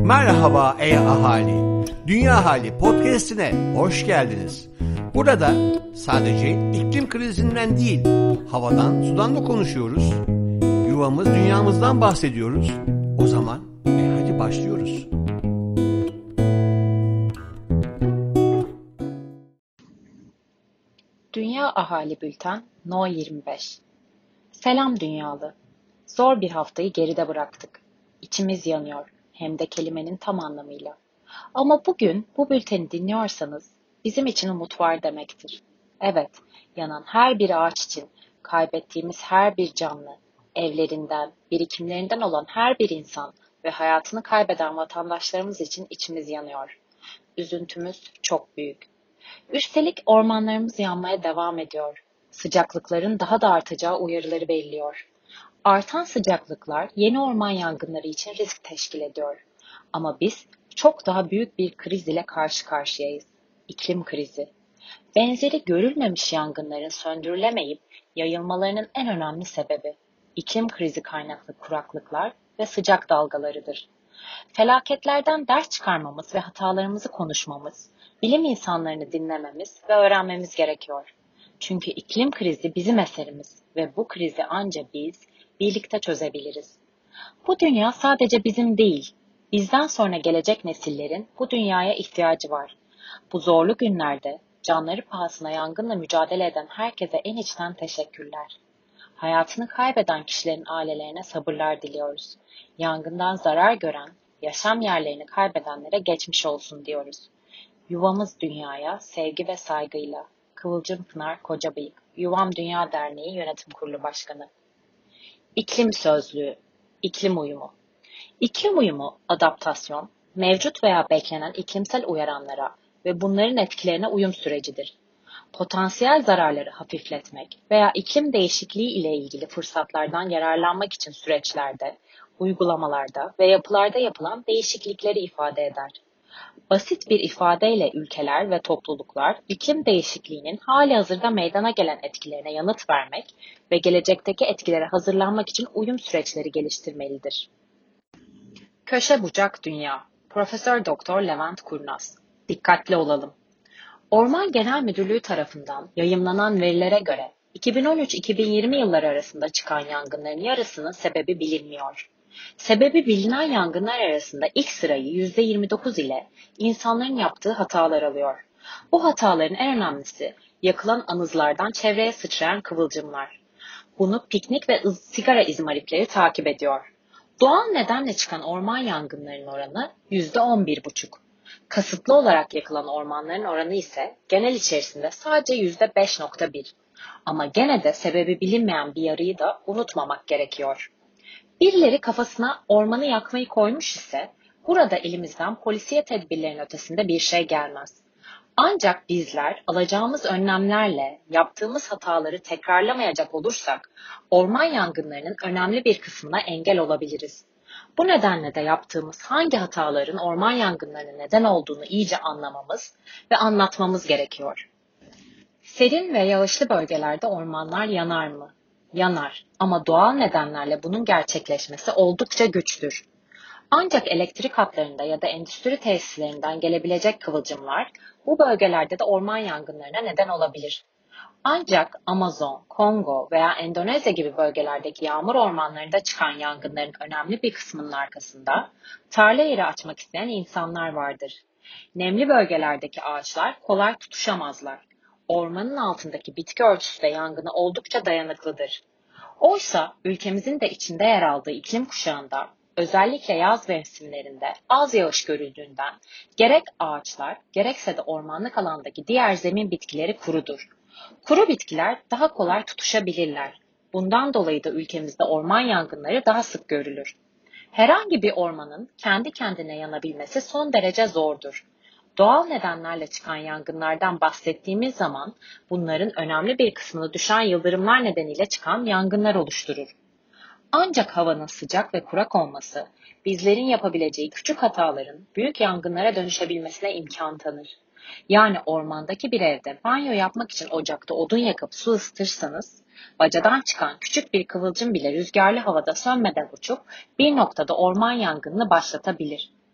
Merhaba ey ahali, Dünya Hali Podcast'ine hoş geldiniz. Burada sadece iklim krizinden değil, havadan, sudan da konuşuyoruz. Yuvamız, dünyamızdan bahsediyoruz. O zaman hadi başlıyoruz. Dünya Ahali Bülten No 25. Selam dünyalı. Zor bir haftayı geride bıraktık. İçimiz yanıyor, hem de kelimenin tam anlamıyla. Ama bugün bu bülteni dinliyorsanız bizim için umut var demektir. Evet, yanan her bir ağaç için, kaybettiğimiz her bir canlı, evlerinden, birikimlerinden olan her bir insan ve hayatını kaybeden vatandaşlarımız için içimiz yanıyor. Üzüntümüz çok büyük. Üstelik ormanlarımız yanmaya devam ediyor. Sıcaklıkların daha da artacağı uyarıları belliyor. Artan sıcaklıklar yeni orman yangınları için risk teşkil ediyor. Ama biz çok daha büyük bir kriz ile karşı karşıyayız. İklim krizi. Benzeri görülmemiş yangınların söndürülemeyip yayılmalarının en önemli sebebi iklim krizi kaynaklı kuraklıklar ve sıcak dalgalarıdır. Felaketlerden ders çıkarmamız ve hatalarımızı konuşmamız, bilim insanlarını dinlememiz ve öğrenmemiz gerekiyor. Çünkü iklim krizi bizim eserimiz ve bu krizi ancak biz birlikte çözebiliriz. Bu dünya sadece bizim değil, bizden sonra gelecek nesillerin bu dünyaya ihtiyacı var. Bu zorlu günlerde canları pahasına yangınla mücadele eden herkese en içten teşekkürler. Hayatını kaybeden kişilerin ailelerine sabırlar diliyoruz. Yangından zarar gören, yaşam yerlerini kaybedenlere geçmiş olsun diyoruz. Yuvamız dünyaya sevgi ve saygıyla. Kıvılcım Pınar Kocabıyık, Yuvam Dünya Derneği Yönetim Kurulu Başkanı. İklim Sözlüğü, İklim Uyumu. İklim uyumu, adaptasyon, mevcut veya beklenen iklimsel uyaranlara ve bunların etkilerine uyum sürecidir. Potansiyel zararları hafifletmek veya iklim değişikliği ile ilgili fırsatlardan yararlanmak için süreçlerde, uygulamalarda ve yapılarda yapılan değişiklikleri ifade eder. Basit bir ifadeyle ülkeler ve topluluklar iklim değişikliğinin halihazırda meydana gelen etkilerine yanıt vermek ve gelecekteki etkilere hazırlanmak için uyum süreçleri geliştirmelidir. Köşe bucak dünya. Profesör Doktor Levent Kurnaz. Dikkatli olalım. Orman Genel Müdürlüğü tarafından yayımlanan verilere göre 2013-2020 yılları arasında çıkan yangınların yarısının sebebi bilinmiyor. Sebebi bilinen yangınlar arasında ilk sırayı %29 ile insanların yaptığı hatalar alıyor. Bu hataların en önemlisi yakılan anızlardan çevreye sıçrayan kıvılcımlar. Bunu piknik ve sigara izmaripleri takip ediyor. Doğal nedenle çıkan orman yangınlarının oranı %11,5. Kasıtlı olarak yakılan ormanların oranı ise genel içerisinde sadece %5,1. Ama gene de sebebi bilinmeyen bir yarıyı da unutmamak gerekiyor. Birileri kafasına ormanı yakmayı koymuş ise burada elimizden polisiye tedbirlerin ötesinde bir şey gelmez. Ancak bizler alacağımız önlemlerle yaptığımız hataları tekrarlamayacak olursak orman yangınlarının önemli bir kısmına engel olabiliriz. Bu nedenle de yaptığımız hangi hataların orman yangınlarına neden olduğunu iyice anlamamız ve anlatmamız gerekiyor. Serin ve yağışlı bölgelerde ormanlar yanar mı? Yanar ama doğal nedenlerle bunun gerçekleşmesi oldukça güçtür. Ancak elektrik hatlarında ya da endüstri tesislerinden gelebilecek kıvılcımlar bu bölgelerde de orman yangınlarına neden olabilir. Ancak Amazon, Kongo veya Endonezya gibi bölgelerdeki yağmur ormanlarında çıkan yangınların önemli bir kısmının arkasında tarla yeri açmak isteyen insanlar vardır. Nemli bölgelerdeki ağaçlar kolay tutuşamazlar. Ormanın altındaki bitki örtüsü de yangına oldukça dayanıklıdır. Oysa ülkemizin de içinde yer aldığı iklim kuşağında özellikle yaz mevsimlerinde az yağış görüldüğünden gerek ağaçlar gerekse de ormanlık alandaki diğer zemin bitkileri kurudur. Kuru bitkiler daha kolay tutuşabilirler. Bundan dolayı da ülkemizde orman yangınları daha sık görülür. Herhangi bir ormanın kendi kendine yanabilmesi son derece zordur. Doğal nedenlerle çıkan yangınlardan bahsettiğimiz zaman bunların önemli bir kısmını düşen yıldırımlar nedeniyle çıkan yangınlar oluşturur. Ancak havanın sıcak ve kurak olması, bizlerin yapabileceği küçük hataların büyük yangınlara dönüşebilmesine imkan tanır. Yani ormandaki bir evde banyo yapmak için ocakta odun yakıp su ısıtırsanız, bacadan çıkan küçük bir kıvılcım bile rüzgarlı havada sönmeden uçup bir noktada orman yangınını başlatabilir.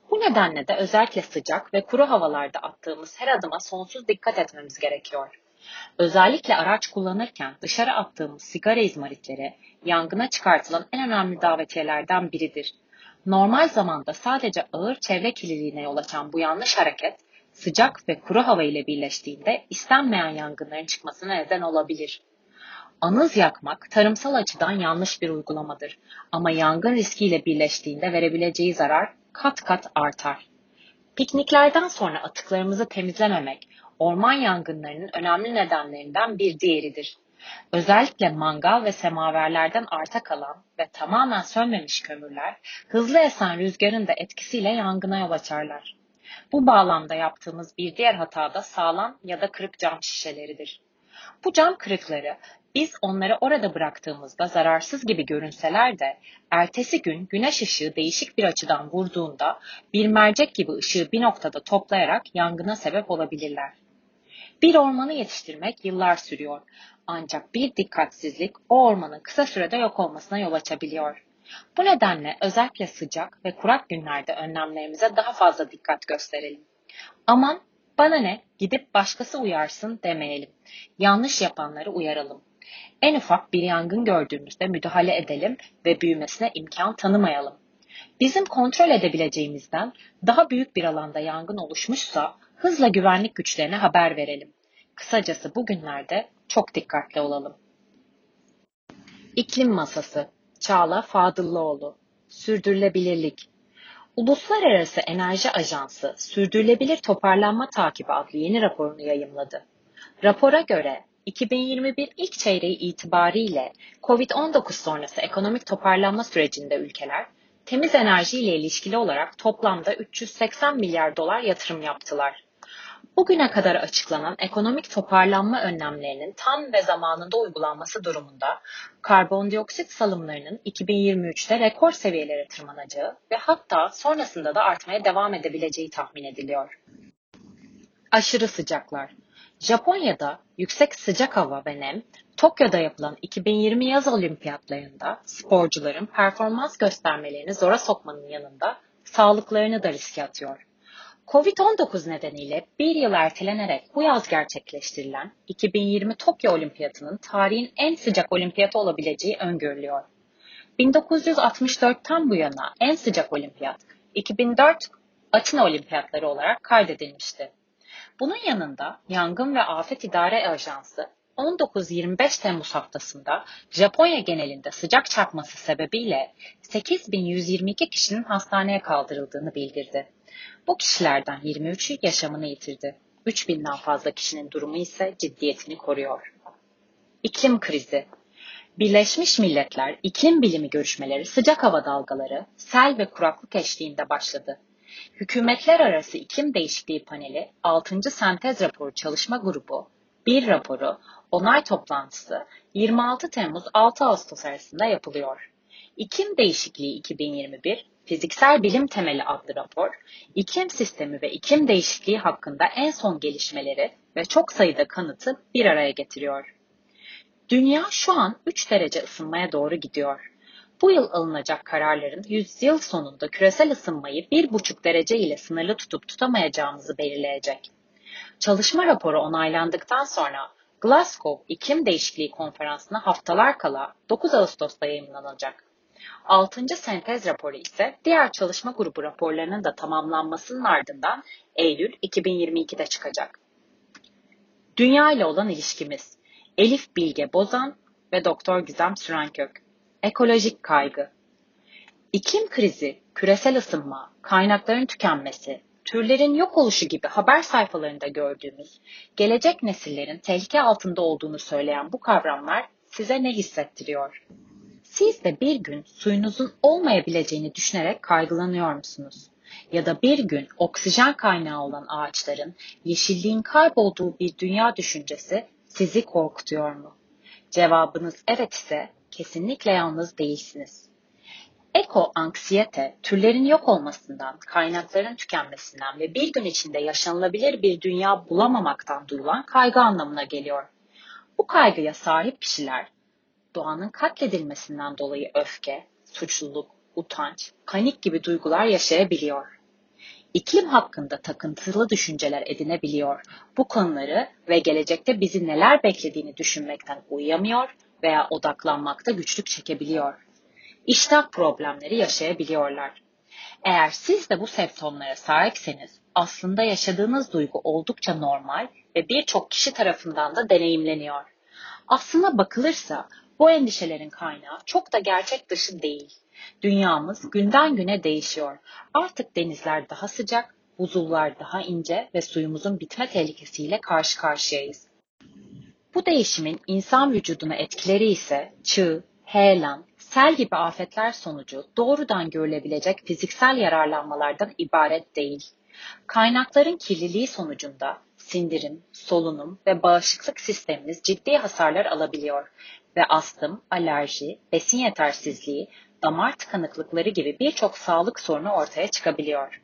Bu nedenle de özellikle sıcak ve kuru havalarda attığımız her adıma sonsuz dikkat etmemiz gerekiyor. Özellikle araç kullanırken dışarı attığımız sigara izmaritleri yangına çıkartılan en önemli davetiyelerden biridir. Normal zamanda sadece ağır çevre kirliliğine yol açan bu yanlış hareket, sıcak ve kuru hava ile birleştiğinde istenmeyen yangınların çıkmasına neden olabilir. Anız yakmak tarımsal açıdan yanlış bir uygulamadır ama yangın riskiyle birleştiğinde verebileceği zarar kat kat artar. Pikniklerden sonra atıklarımızı temizlememek, orman yangınlarının önemli nedenlerinden bir diğeridir. Özellikle mangal ve semaverlerden arta kalan ve tamamen sönmemiş kömürler, hızlı esen rüzgarın da etkisiyle yangına yol açarlar. Bu bağlamda yaptığımız bir diğer hata da sağlam ya da kırık cam şişeleridir. Bu cam kırıkları biz onları orada bıraktığımızda zararsız gibi görünseler de ertesi gün güneş ışığı değişik bir açıdan vurduğunda bir mercek gibi ışığı bir noktada toplayarak yangına sebep olabilirler. Bir ormanı yetiştirmek yıllar sürüyor. Ancak bir dikkatsizlik o ormanın kısa sürede yok olmasına yol açabiliyor. Bu nedenle özellikle sıcak ve kurak günlerde önlemlerimize daha fazla dikkat gösterelim. Aman bana ne, gidip başkası uyarsın demeyelim. Yanlış yapanları uyaralım. En ufak bir yangın gördüğümüzde müdahale edelim ve büyümesine imkan tanımayalım. Bizim kontrol edebileceğimizden daha büyük bir alanda yangın oluşmuşsa hızla güvenlik güçlerine haber verelim. Kısacası bugünlerde çok dikkatli olalım. İklim Masası, Çağla Fadıllıoğlu, Sürdürülebilirlik. Uluslararası Enerji Ajansı, Sürdürülebilir Toparlanma Takibi adlı yeni raporunu yayımladı. Rapora göre 2021 ilk çeyreği itibariyle COVID-19 sonrası ekonomik toparlanma sürecinde ülkeler, temiz enerji ile ilişkili olarak toplamda 380 milyar dolar yatırım yaptılar. Bugüne kadar açıklanan ekonomik toparlanma önlemlerinin tam ve zamanında uygulanması durumunda karbondioksit salımlarının 2023'te rekor seviyelere tırmanacağı ve hatta sonrasında da artmaya devam edebileceği tahmin ediliyor. Aşırı sıcaklar. Japonya'da yüksek sıcak hava ve nem, Tokyo'da yapılan 2020 yaz olimpiyatlarında sporcuların performans göstermelerini zora sokmanın yanında sağlıklarını da riske atıyor. Covid-19 nedeniyle bir yıl ertelenerek bu yaz gerçekleştirilen 2020 Tokyo Olimpiyatı'nın tarihin en sıcak olimpiyatı olabileceği öngörülüyor. 1964'ten bu yana en sıcak olimpiyat 2004 Atina Olimpiyatları olarak kaydedilmişti. Bunun yanında Yangın ve Afet İdare Ajansı 19-25 Temmuz haftasında Japonya genelinde sıcak çarpması sebebiyle 8.122 kişinin hastaneye kaldırıldığını bildirdi. Bu kişilerden 23'ü yaşamını yitirdi. 3.000'den fazla kişinin durumu ise ciddiyetini koruyor. İklim krizi. Birleşmiş Milletler İklim Bilimi görüşmeleri sıcak hava dalgaları, sel ve kuraklık eşliğinde başladı. Hükümetler Arası İklim Değişikliği Paneli 6. Sentez Raporu Çalışma Grubu 1 raporu onay toplantısı 26 Temmuz 6 Ağustos arasında yapılıyor. İklim Değişikliği 2021 Fiziksel Bilim Temeli adlı rapor, iklim sistemi ve iklim değişikliği hakkında en son gelişmeleri ve çok sayıda kanıtı bir araya getiriyor. Dünya şu an 3 derece ısınmaya doğru gidiyor. Bu yıl alınacak kararların yüzyıl sonunda küresel ısınmayı 1,5 derece ile sınırlı tutup tutamayacağımızı belirleyecek. Çalışma raporu onaylandıktan sonra Glasgow İklim Değişikliği Konferansı'na haftalar kala 9 Ağustos'ta yayımlanacak. 6. Sentez raporu ise diğer çalışma grubu raporlarının da tamamlanmasının ardından Eylül 2022'de çıkacak. Dünya ile olan ilişkimiz. Elif Bilge Bozan ve Doktor Gizem Sürenkök. Ekolojik kaygı. İklim krizi, küresel ısınma, kaynakların tükenmesi, türlerin yok oluşu gibi haber sayfalarında gördüğümüz, gelecek nesillerin tehlike altında olduğunu söyleyen bu kavramlar size ne hissettiriyor? Siz de bir gün suyunuzun olmayabileceğini düşünerek kaygılanıyor musunuz? Ya da bir gün oksijen kaynağı olan ağaçların, yeşilliğin kaybolduğu bir dünya düşüncesi sizi korkutuyor mu? Cevabınız evet ise kesinlikle yalnız değilsiniz. Eko-anksiyete, türlerin yok olmasından, kaynakların tükenmesinden ve bir gün içinde yaşanılabilir bir dünya bulamamaktan duyulan kaygı anlamına geliyor. Bu kaygıya sahip kişiler, doğanın katledilmesinden dolayı öfke, suçluluk, utanç, panik gibi duygular yaşayabiliyor. İklim hakkında takıntılı düşünceler edinebiliyor, bu konuları ve gelecekte bizi neler beklediğini düşünmekten uyuyamıyor veya odaklanmakta güçlük çekebiliyor. İştah problemleri yaşayabiliyorlar. Eğer siz de bu semptomlara sahipseniz, aslında yaşadığınız duygu oldukça normal ve birçok kişi tarafından da deneyimleniyor. Aslına bakılırsa bu endişelerin kaynağı çok da gerçek dışı değil. Dünyamız günden güne değişiyor. Artık denizler daha sıcak, buzullar daha ince ve suyumuzun bitme tehlikesiyle karşı karşıyayız. Bu değişimin insan vücuduna etkileri ise çığ, heyelan, sel gibi afetler sonucu doğrudan görülebilecek fiziksel yararlanmalardan ibaret değil. Kaynakların kirliliği sonucunda sindirim, solunum ve bağışıklık sistemimiz ciddi hasarlar alabiliyor ve astım, alerji, besin yetersizliği, damar tıkanıklıkları gibi birçok sağlık sorunu ortaya çıkabiliyor.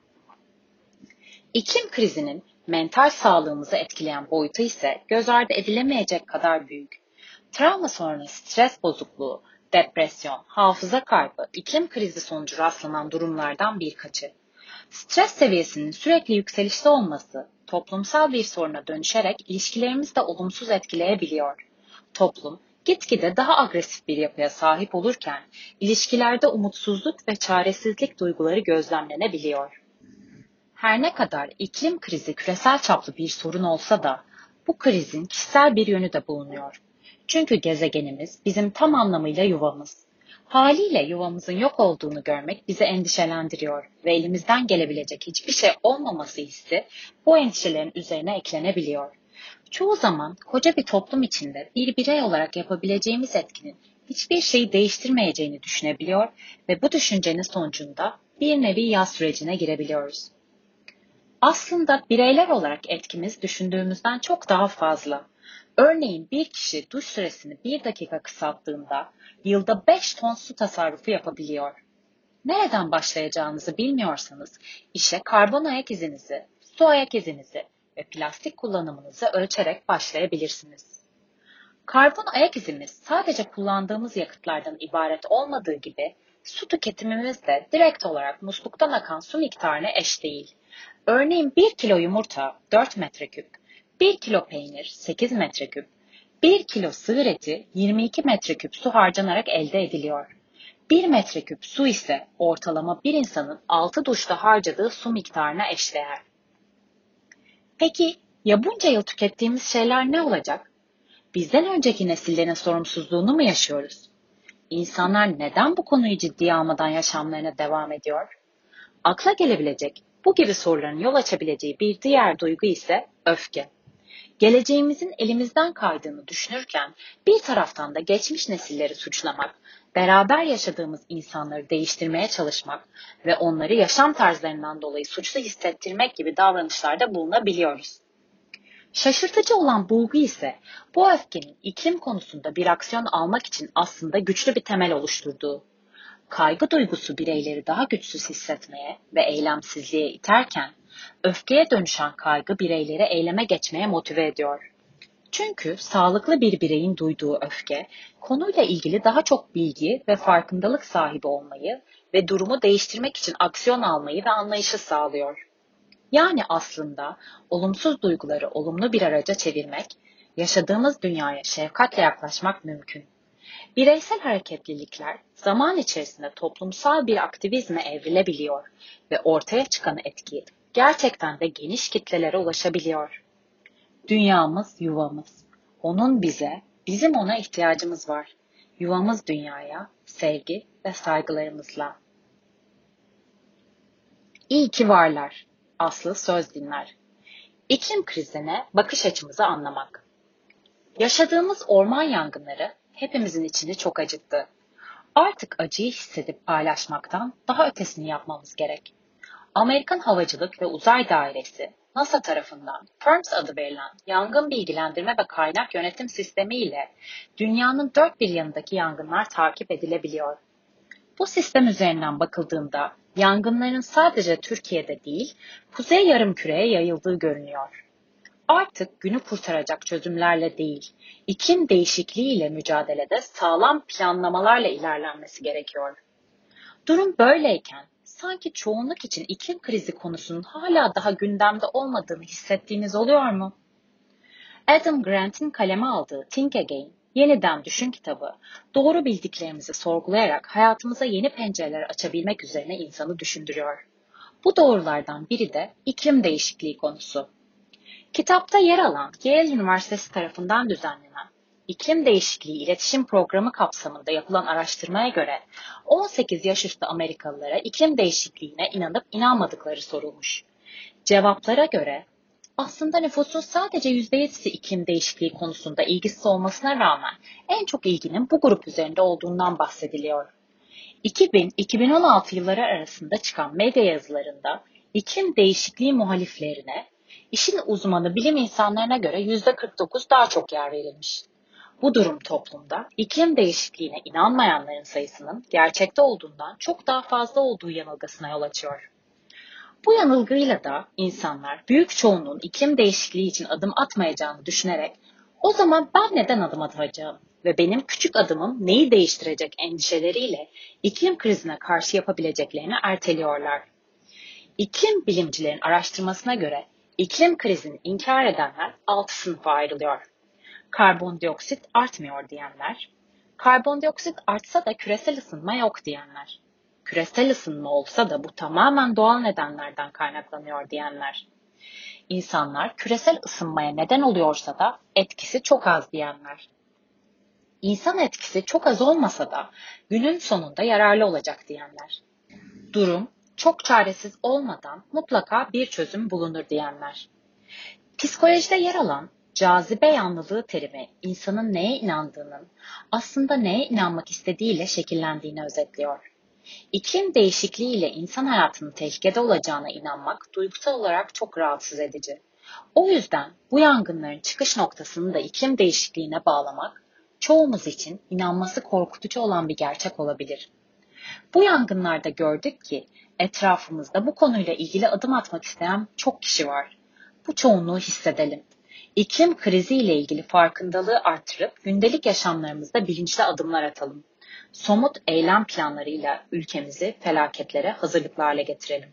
İklim krizinin mental sağlığımızı etkileyen boyutu ise göz ardı edilemeyecek kadar büyük. Travma sonrası stres bozukluğu, depresyon, hafıza kaybı, iklim krizi sonucu rastlanan durumlardan birkaçı. Stres seviyesinin sürekli yükselişte olması, toplumsal bir soruna dönüşerek ilişkilerimizi de olumsuz etkileyebiliyor. Toplum, gitgide daha agresif bir yapıya sahip olurken, ilişkilerde umutsuzluk ve çaresizlik duyguları gözlemlenebiliyor. Her ne kadar iklim krizi küresel çaplı bir sorun olsa da, bu krizin kişisel bir yönü de bulunuyor. Çünkü gezegenimiz bizim tam anlamıyla yuvamız. Haliyle yuvamızın yok olduğunu görmek bizi endişelendiriyor ve elimizden gelebilecek hiçbir şey olmaması hissi bu endişelerin üzerine eklenebiliyor. Çoğu zaman koca bir toplum içinde bir birey olarak yapabileceğimiz etkinin hiçbir şeyi değiştirmeyeceğini düşünebiliyor ve bu düşüncenin sonucunda bir nevi yas sürecine girebiliyoruz. Aslında bireyler olarak etkimiz düşündüğümüzden çok daha fazla. Örneğin bir kişi duş süresini 1 dakika kısalttığında yılda 5 ton su tasarrufu yapabiliyor. Nereden başlayacağınızı bilmiyorsanız işe karbon ayak izinizi, su ayak izinizi ve plastik kullanımınızı ölçerek başlayabilirsiniz. Karbon ayak izimiz sadece kullandığımız yakıtlardan ibaret olmadığı gibi su tüketimimiz de direkt olarak musluktan akan su miktarına eş değil. Örneğin 1 kilo yumurta 4 metreküp, 1 kilo peynir 8 metreküp, 1 kilo sığır eti 22 metreküp su harcanarak elde ediliyor. 1 metreküp su ise ortalama bir insanın 6 duşta harcadığı su miktarına eşdeğer. Peki ya bunca yıl tükettiğimiz şeyler ne olacak? Bizden önceki nesillerin sorumsuzluğunu mu yaşıyoruz? İnsanlar neden bu konuyu ciddiye almadan yaşamlarına devam ediyor? Akla gelebilecek bu gibi soruların yol açabileceği bir diğer duygu ise öfke. Geleceğimizin elimizden kaydığını düşünürken bir taraftan da geçmiş nesilleri suçlamak, beraber yaşadığımız insanları değiştirmeye çalışmak ve onları yaşam tarzlarından dolayı suçlu hissettirmek gibi davranışlarda bulunabiliyoruz. Şaşırtıcı olan bulgu ise bu öfkenin iklim konusunda bir aksiyon almak için aslında güçlü bir temel oluşturduğu. Kaygı duygusu bireyleri daha güçsüz hissetmeye ve eylemsizliğe iterken, öfkeye dönüşen kaygı bireyleri eyleme geçmeye motive ediyor. Çünkü sağlıklı bir bireyin duyduğu öfke, konuyla ilgili daha çok bilgi ve farkındalık sahibi olmayı ve durumu değiştirmek için aksiyon almayı ve anlayışı sağlıyor. Yani aslında olumsuz duyguları olumlu bir araca çevirmek, yaşadığımız dünyaya şefkatle yaklaşmak mümkün. Bireysel hareketlilikler zaman içerisinde toplumsal bir aktivizme evrilebiliyor ve ortaya çıkan etki gerçekten de geniş kitlelere ulaşabiliyor. Dünyamız yuvamız. Onun bize, bizim ona ihtiyacımız var. Yuvamız dünyaya, sevgi ve saygılarımızla. İyi ki varlar. Aslı söz dinler. İklim krizine bakış açımızı anlamak. Yaşadığımız orman yangınları hepimizin içini çok acıttı. Artık acıyı hissedip paylaşmaktan daha ötesini yapmamız gerek. Amerikan Havacılık ve Uzay Dairesi, NASA tarafından PERMS adı verilen yangın bilgilendirme ve kaynak yönetim sistemi ile dünyanın dört bir yanındaki yangınlar takip edilebiliyor. Bu sistem üzerinden bakıldığında yangınların sadece Türkiye'de değil, Kuzey Yarımküre'ye yayıldığı görünüyor. Artık günü kurtaracak çözümlerle değil, iklim değişikliğiyle mücadelede sağlam planlamalarla ilerlenmesi gerekiyor. Durum böyleyken sanki çoğunluk için iklim krizi konusunun hala daha gündemde olmadığını hissettiğiniz oluyor mu? Adam Grant'in kaleme aldığı Think Again, Yeniden Düşün kitabı, doğru bildiklerimizi sorgulayarak hayatımıza yeni pencereler açabilmek üzerine insanı düşündürüyor. Bu doğrulardan biri de iklim değişikliği konusu. Kitapta yer alan Yale Üniversitesi tarafından düzenlenen İklim Değişikliği İletişim Programı kapsamında yapılan araştırmaya göre 18 yaş üstü Amerikalılara iklim değişikliğine inanıp inanmadıkları sorulmuş. Cevaplara göre aslında nüfusun sadece %7'si iklim değişikliği konusunda ilgisiz olmasına rağmen en çok ilginin bu grup üzerinde olduğundan bahsediliyor. 2000-2016 yılları arasında çıkan medya yazılarında iklim değişikliği muhaliflerine, işin uzmanı bilim insanlarına göre %49 daha çok yer verilmiş. Bu durum toplumda iklim değişikliğine inanmayanların sayısının gerçekte olduğundan çok daha fazla olduğu yanılgısına yol açıyor. Bu yanılgıyla da insanlar büyük çoğunluğun iklim değişikliği için adım atmayacağını düşünerek o zaman ben neden adım atacağım ve benim küçük adımım neyi değiştirecek endişeleriyle iklim krizine karşı yapabileceklerini erteliyorlar. İklim bilimcilerin araştırmasına göre iklim krizini inkar edenler 6 sınıfa ayrılıyor. Karbondioksit artmıyor diyenler, karbondioksit artsa da küresel ısınma yok diyenler, küresel ısınma olsa da bu tamamen doğal nedenlerden kaynaklanıyor diyenler, İnsanlar küresel ısınmaya neden oluyorsa da etkisi çok az diyenler, İnsan etkisi çok az olmasa da günün sonunda yararlı olacak diyenler, durum çok çaresiz olmadan mutlaka bir çözüm bulunur diyenler. Psikolojide yer alan cazibe yanlılığı terimi insanın neye inandığının aslında neye inanmak istediğiyle şekillendiğini özetliyor. İklim değişikliği ile insan hayatının tehlikede olacağına inanmak duygusal olarak çok rahatsız edici. O yüzden bu yangınların çıkış noktasını da iklim değişikliğine bağlamak çoğumuz için inanması korkutucu olan bir gerçek olabilir. Bu yangınlarda gördük ki etrafımızda bu konuyla ilgili adım atmak isteyen çok kişi var. Bu çoğunluğu hissedelim. İklim krizi ile ilgili farkındalığı artırıp gündelik yaşamlarımızda bilinçli adımlar atalım. Somut eylem planlarıyla ülkemizi felaketlere hazırlıklı hale getirelim.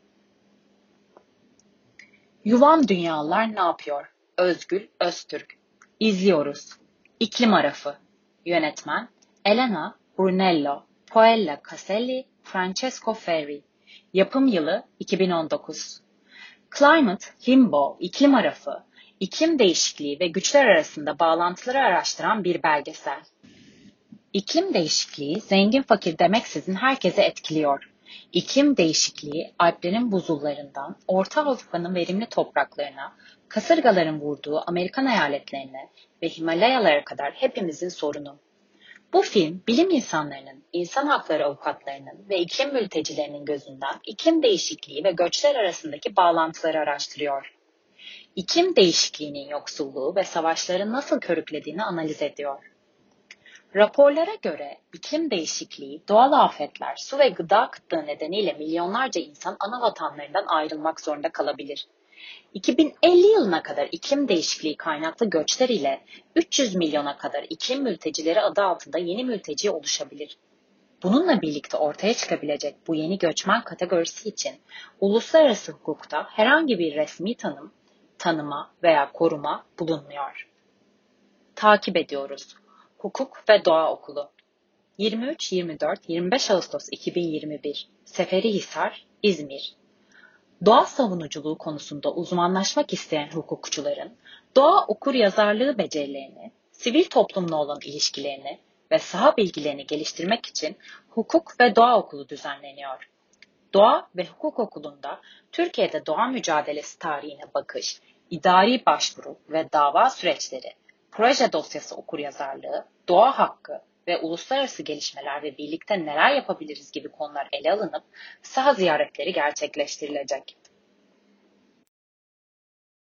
Yuvam Dünyalılar ne yapıyor? Özgül Öztürk. İzliyoruz. İklim Arafı. Yönetmen Elena Brunello, Poella Caselli, Francesco Ferri. Yapım yılı 2019. Climate Limbo, İklim Arafı, iklim değişikliği ve güçler arasında bağlantıları araştıran bir belgesel. İklim değişikliği zengin fakir demeksizin herkese etkiliyor. İklim değişikliği Alplerin buzullarından Orta Avrupa'nın verimli topraklarına, kasırgaların vurduğu Amerikan eyaletlerine ve Himalayalara kadar hepimizin sorunu. Bu film, bilim insanlarının, insan hakları avukatlarının ve iklim mültecilerinin gözünden iklim değişikliği ve göçler arasındaki bağlantıları araştırıyor. İklim değişikliğinin yoksulluğu ve savaşların nasıl körüklediğini analiz ediyor. Raporlara göre iklim değişikliği, doğal afetler, su ve gıda kıtlığı nedeniyle milyonlarca insan ana vatanlarından ayrılmak zorunda kalabilir. 2050 yılına kadar iklim değişikliği kaynaklı göçler ile 300 milyona kadar iklim mültecileri adı altında yeni mülteci oluşabilir. Bununla birlikte ortaya çıkabilecek bu yeni göçmen kategorisi için uluslararası hukukta herhangi bir resmi tanıma veya koruma bulunmuyor. Takip ediyoruz. Hukuk ve Doğa Okulu 23-24-25 Ağustos 2021 Seferihisar, İzmir. Doğa savunuculuğu konusunda uzmanlaşmak isteyen hukukçuların doğa okuryazarlığı becerilerini, sivil toplumla olan ilişkilerini ve saha bilgilerini geliştirmek için Hukuk ve Doğa Okulu düzenleniyor. Doğa ve Hukuk Okulu'nda Türkiye'de doğa mücadelesi tarihine bakış, idari başvuru ve dava süreçleri, proje dosyası okuryazarlığı, doğa hakkı ve uluslararası gelişmeler ve birlikte neler yapabiliriz gibi konular ele alınıp saha ziyaretleri gerçekleştirilecek.